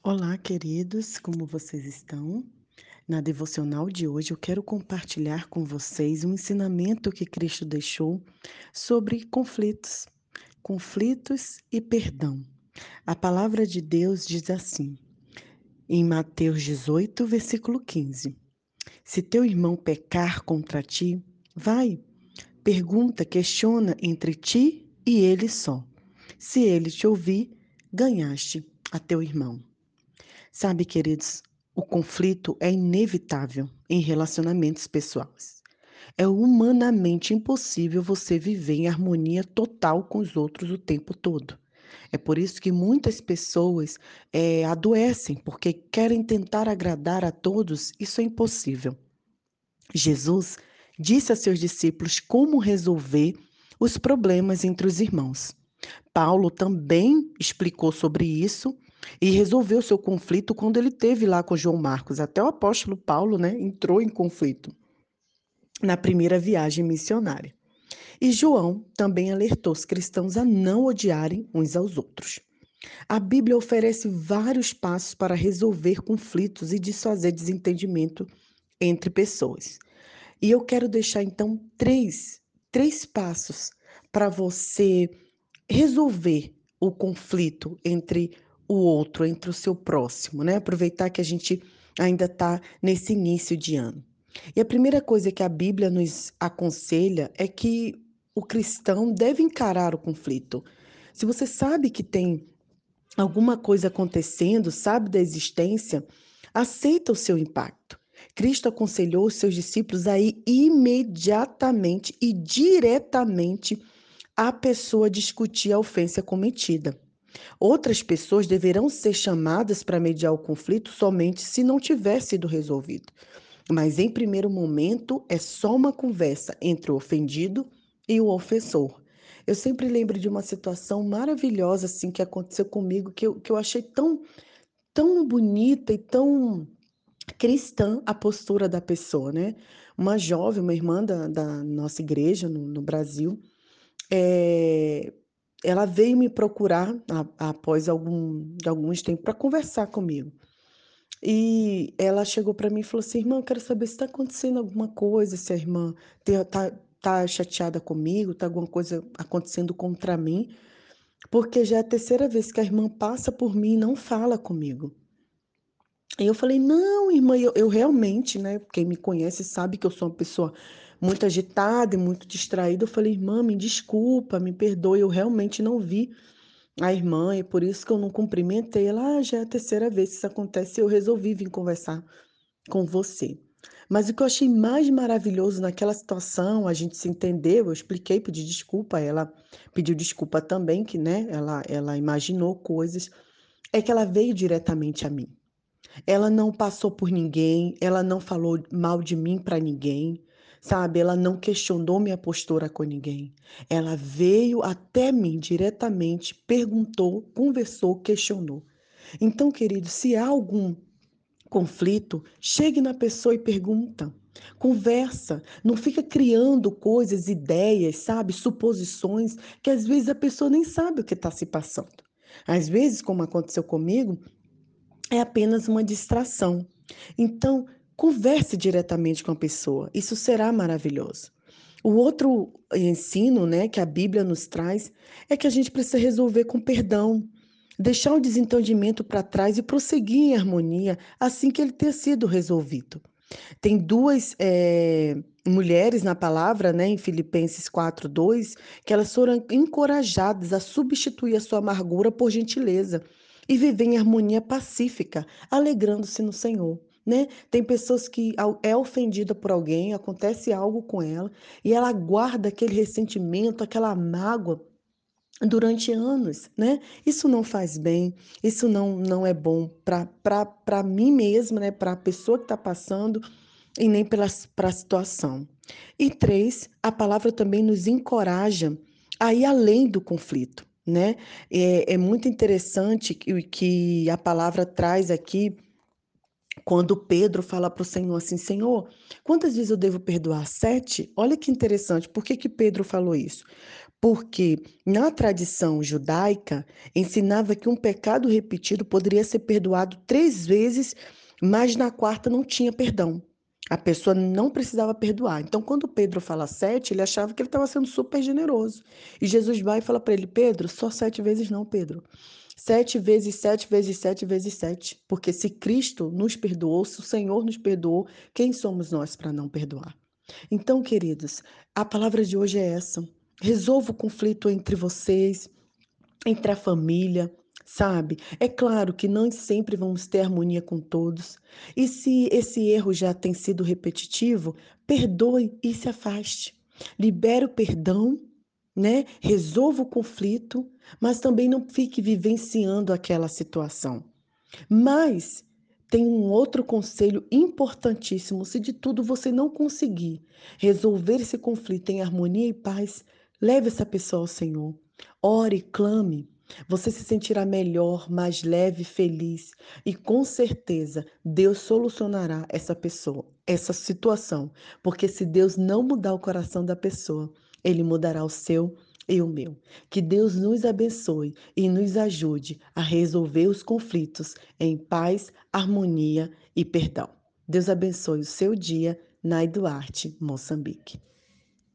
Olá, queridos, como vocês estão? Na devocional de hoje, eu quero compartilhar com vocês um ensinamento que Cristo deixou sobre conflitos e perdão. A palavra de Deus diz assim, em Mateus 18, versículo 15: Se teu irmão pecar contra ti, vai, pergunta, questiona entre ti e ele só. Se ele te ouvir, ganhaste a teu irmão. Sabe, queridos, o conflito é inevitável em relacionamentos pessoais. É humanamente impossível você viver em harmonia total com os outros o tempo todo. É por isso que muitas pessoas adoecem, porque querem tentar agradar a todos. Isso é impossível. Jesus disse a seus discípulos como resolver os problemas entre os irmãos. Paulo também explicou sobre isso e resolveu seu conflito quando ele teve lá com João Marcos. Até o apóstolo Paulo, né, entrou em conflito na primeira viagem missionária. E João também alertou os cristãos a não odiarem uns aos outros. A Bíblia oferece vários passos para resolver conflitos e desfazer desentendimento entre pessoas. E eu quero deixar então três passos para você resolver o conflito entre o outro, entre o seu próximo, né? Aproveitar que a gente ainda está nesse início de ano. E a primeira coisa que a Bíblia nos aconselha é que o cristão deve encarar o conflito. Se você sabe que tem alguma coisa acontecendo, sabe da existência, aceita o seu impacto. Cristo aconselhou os seus discípulos a ir imediatamente e diretamente à pessoa discutir a ofensa cometida. Outras pessoas deverão ser chamadas para mediar o conflito somente se não tiver sido resolvido. Mas em primeiro momento é só uma conversa entre o ofendido e o ofensor. Eu sempre lembro de uma situação maravilhosa assim que aconteceu comigo, que eu achei tão bonita e tão cristã a postura da pessoa, né? Uma jovem, uma irmã da nossa igreja no Brasil, eh, ela veio me procurar após alguns tempos para conversar comigo. E ela chegou para mim e falou assim: "Irmã, eu quero saber se está acontecendo alguma coisa, se a irmã tá chateada comigo, tá alguma coisa acontecendo contra mim, porque já é a terceira vez que a irmã passa por mim e não fala comigo". E eu falei: "Não, irmã", eu realmente, né, quem me conhece sabe que eu sou uma pessoa muito agitada e muito distraída. Eu falei: "Irmã, me desculpa, me perdoe, eu realmente não vi a irmã, e por isso que eu não cumprimentei". Ela: "Ah, já é a terceira vez que isso acontece, eu resolvi vir conversar com você". Mas o que eu achei mais maravilhoso naquela situação, a gente se entendeu, eu expliquei, pedi desculpa, ela pediu desculpa também, que, né, ela imaginou coisas, é que ela veio diretamente a mim. Ela não passou por ninguém, ela não falou mal de mim para ninguém, sabe, ela não questionou minha postura com ninguém. Ela veio até mim diretamente, perguntou, conversou, questionou. Então, querido, se há algum conflito, chegue na pessoa e pergunta. Conversa, não fica criando coisas, ideias, sabe, suposições, que às vezes a pessoa nem sabe o que está se passando. Às vezes, como aconteceu comigo, é apenas uma distração. Então, converse diretamente com a pessoa, isso será maravilhoso. O outro ensino, né, que a Bíblia nos traz é que a gente precisa resolver com perdão, deixar o desentendimento para trás e prosseguir em harmonia assim que ele ter sido resolvido. Tem duas mulheres na palavra, né, em Filipenses 4:2, que elas foram encorajadas a substituir a sua amargura por gentileza e viver em harmonia pacífica, alegrando-se no Senhor. Né? Tem pessoas que é ofendida por alguém, acontece algo com ela e ela guarda aquele ressentimento, aquela mágoa durante anos, né? Isso não faz bem, isso não é bom para mim mesma, né? Para a pessoa que está passando e nem para a situação. E três, a palavra também nos encoraja a ir além do conflito, né? É muito interessante que a palavra traz aqui quando Pedro fala para o Senhor assim: Senhor, quantas vezes eu devo perdoar? 7? Olha que interessante, por que Pedro falou isso? Porque na tradição judaica ensinava que um pecado repetido poderia ser perdoado 3 vezes, mas na quarta não tinha perdão. A pessoa não precisava perdoar. Então, quando Pedro fala 7, ele achava que ele estava sendo super generoso. E Jesus vai e fala para ele: Pedro, só 7 vezes não, Pedro. 7 vezes 7 vezes 7 vezes 7. Porque se Cristo nos perdoou, se o Senhor nos perdoou, quem somos nós para não perdoar? Então, queridos, a palavra de hoje é essa. Resolva o conflito entre vocês, entre a família, sabe? É claro que não sempre vamos ter harmonia com todos. E se esse erro já tem sido repetitivo, perdoe e se afaste. Libere o perdão, né? Resolva o conflito, mas também não fique vivenciando aquela situação. Mas tem um outro conselho importantíssimo: se de tudo você não conseguir resolver esse conflito em harmonia e paz, leve essa pessoa ao Senhor. Ore, clame. Você se sentirá melhor, mais leve, feliz. E com certeza Deus solucionará essa pessoa, essa situação. Porque se Deus não mudar o coração da pessoa, Ele mudará o seu e o meu. Que Deus nos abençoe e nos ajude a resolver os conflitos em paz, harmonia e perdão. Deus abençoe o seu dia, Nai Duarte, Moçambique.